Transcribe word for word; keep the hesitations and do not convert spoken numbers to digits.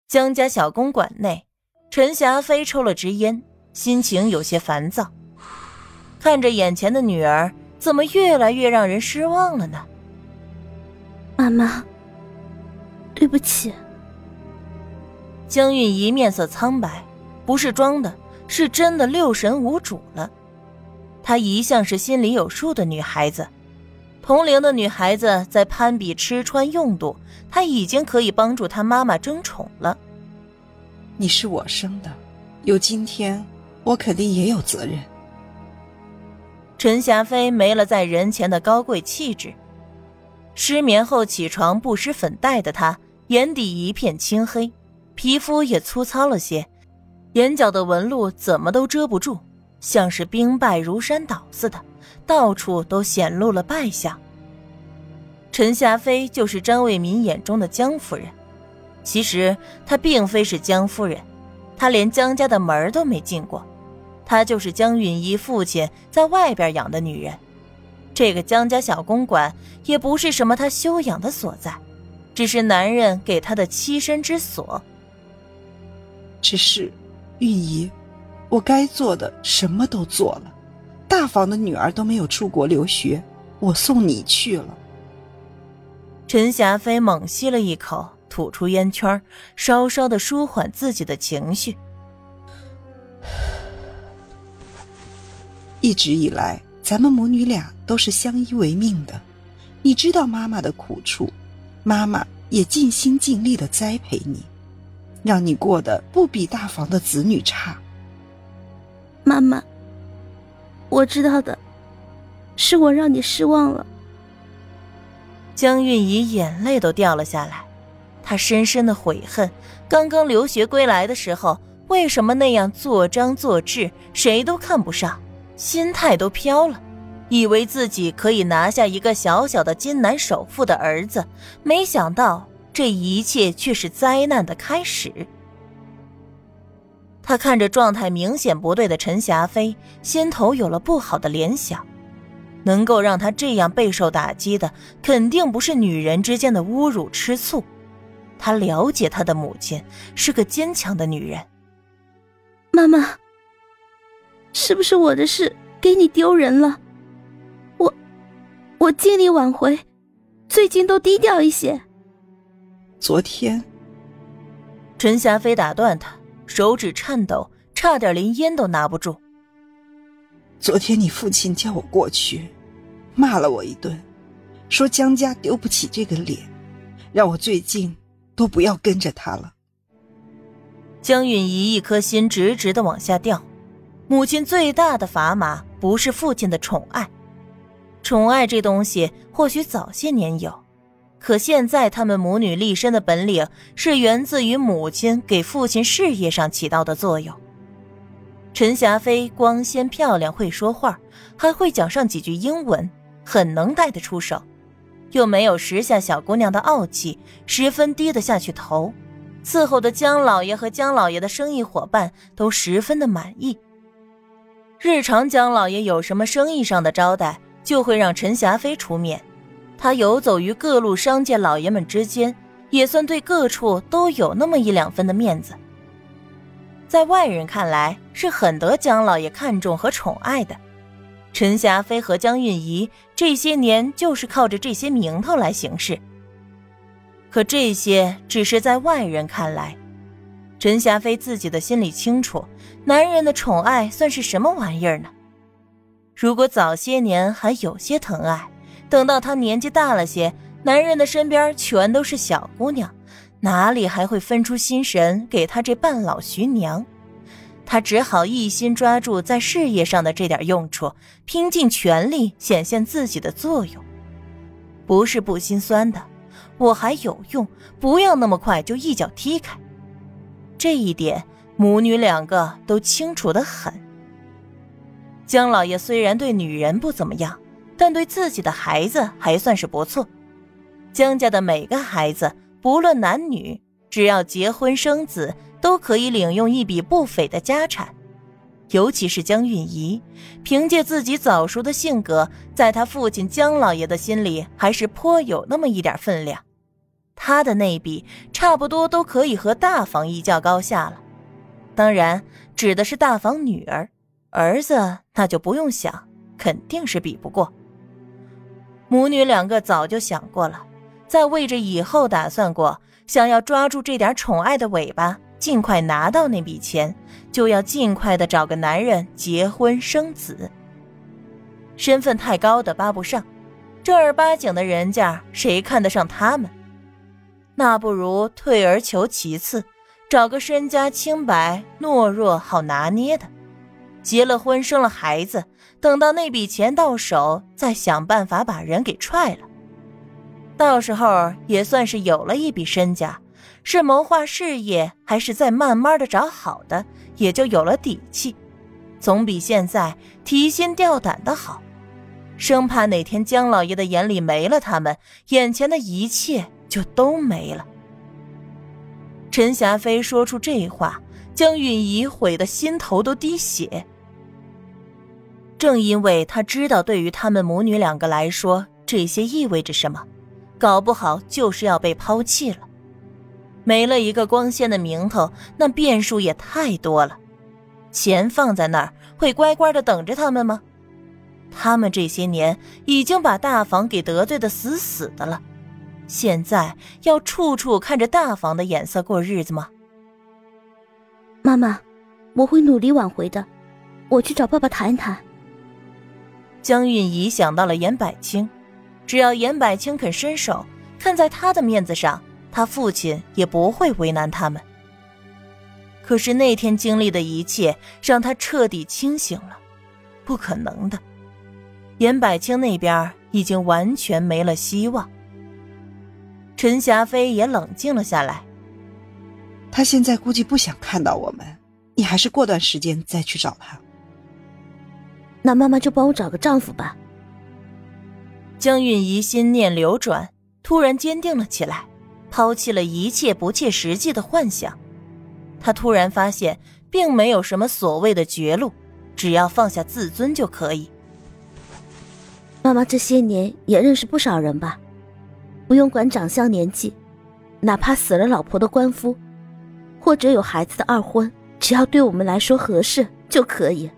江家小公馆内，陈霞飞抽了支烟，心情有些烦躁。看着眼前的女儿，怎么越来越让人失望了呢？ 妈妈，对不起。 江韵仪面色苍白，不是装的，是真的六神无主了。她一向是心里有数的女孩子，同龄的女孩子在攀比吃穿用度，她已经可以帮助她妈妈争宠了。 你是我生的，有今天，我肯定也有责任。 陈霞飞没了在人前的高贵气质，失眠后起床不施粉黛的她，眼底一片青黑，皮肤也粗糙了些，眼角的纹路怎么都遮不住，像是兵败如山倒似的，到处都显露了败相。陈霞飞就是张卫民眼中的江夫人，其实她并非是江夫人，她连江家的门都没进过，她就是江允仪父亲在外边养的女人。这个江家小公馆也不是什么她修养的所在，只是男人给她的栖身之所。 只是韵仪，我该做的什么都做了，大房的女儿都没有出国留学，我送你去了。 陈霞飞猛吸了一口，吐出烟圈，稍稍地舒缓自己的情绪。 一直以来，咱们母女俩都是相依为命的，你知道妈妈的苦处，妈妈也尽心尽力地栽培你，让你过得不比大房的子女差。 妈妈，我知道的，是我让你失望了。 江韵仪眼泪都掉了下来，她深深的悔恨，刚刚留学归来的时候，为什么那样做张做智，谁都看不上，心态都飘了，以为自己可以拿下一个小小的金南首富的儿子，没想到这一切却是灾难的开始。他看着状态明显不对的陈霞飞，心头有了不好的联想。能够让他这样备受打击的，肯定不是女人之间的侮辱吃醋。他了解他的母亲是个坚强的女人。 妈妈，是不是我的事给你丢人了？我我尽力挽回，最近都低调一些。 昨天， 陈霞飞打断他，手指颤抖，差点连烟都拿不住。 昨天你父亲叫我过去，骂了我一顿，说江家丢不起这个脸，让我最近都不要跟着他了。 江允仪一颗心直直地往下掉。母亲最大的砝码不是父亲的宠爱，宠爱这东西或许早些年有，可现在他们母女立身的本领是源自于母亲给父亲事业上起到的作用。陈霞飞光鲜漂亮，会说话，还会讲上几句英文，很能带得出手，又没有时下小姑娘的傲气，十分低得下去头。伺候的江老爷和江老爷的生意伙伴都十分的满意。日常江老爷有什么生意上的招待，就会让陈霞飞出面。他游走于各路商界老爷们之间，也算对各处都有那么一两分的面子。在外人看来，是很得江老爷看重和宠爱的。陈霞飞和江韵仪这些年就是靠着这些名头来行事。可这些只是在外人看来，陈霞飞自己的心里清楚，男人的宠爱算是什么玩意儿呢？如果早些年还有些疼爱，等到他年纪大了些，男人的身边全都是小姑娘，哪里还会分出心神给他这半老徐娘？他只好一心抓住在事业上的这点用处，拼尽全力显现自己的作用。不是不心酸的，我还有用，不要那么快就一脚踢开。这一点母女两个都清楚得很。江老爷虽然对女人不怎么样，但对自己的孩子还算是不错。江家的每个孩子不论男女，只要结婚生子，都可以领用一笔不菲的家产。尤其是江韵仪，凭借自己早熟的性格，在他父亲江老爷的心里还是颇有那么一点分量。 他的那笔差不多都可以和大房一较高下了。当然指的是大房女儿，儿子那就不用想，肯定是比不过。母女两个早就想过了，在为着以后打算过，想要抓住这点宠爱的尾巴，尽快拿到那笔钱，就要尽快的找个男人结婚生子。身份太高的扒不上，正儿八经的人家谁看得上他们？那不如退而求其次，找个身家清白、懦弱好拿捏的。结了婚生了孩子，等到那笔钱到手，再想办法把人给踹了。到时候也算是有了一笔身家，是谋划事业还是再慢慢的找好的，也就有了底气，总比现在提心吊胆的好，生怕哪天姜老爷的眼里没了他们，眼前的一切就都没了。陈霞飞说出这话，江允仪悔得心头都滴血。正因为他知道对于他们母女两个来说，这些意味着什么，搞不好就是要被抛弃了。没了一个光鲜的名头，那变数也太多了。钱放在那儿，会乖乖的等着他们吗？他们这些年已经把大房给得罪得死死的了，现在要处处看着大房的眼色过日子吗？ 妈妈，我会努力挽回的，我去找爸爸谈谈。 江允仪想到了严百清，只要严百清肯伸手，看在他的面子上，他父亲也不会为难他们。可是那天经历的一切让他彻底清醒了，不可能的。严百清那边已经完全没了希望。陈霞飞也冷静了下来。 他现在估计不想看到我们，你还是过段时间再去找他。 那妈妈就帮我找个丈夫吧。 江允仪心念流转，突然坚定了起来，抛弃了一切不切实际的幻想。她突然发现并没有什么所谓的绝路，只要放下自尊就可以。 妈妈这些年也认识不少人吧，不用管长相年纪，哪怕死了老婆的官夫，或者有孩子的二婚，只要对我们来说合适就可以。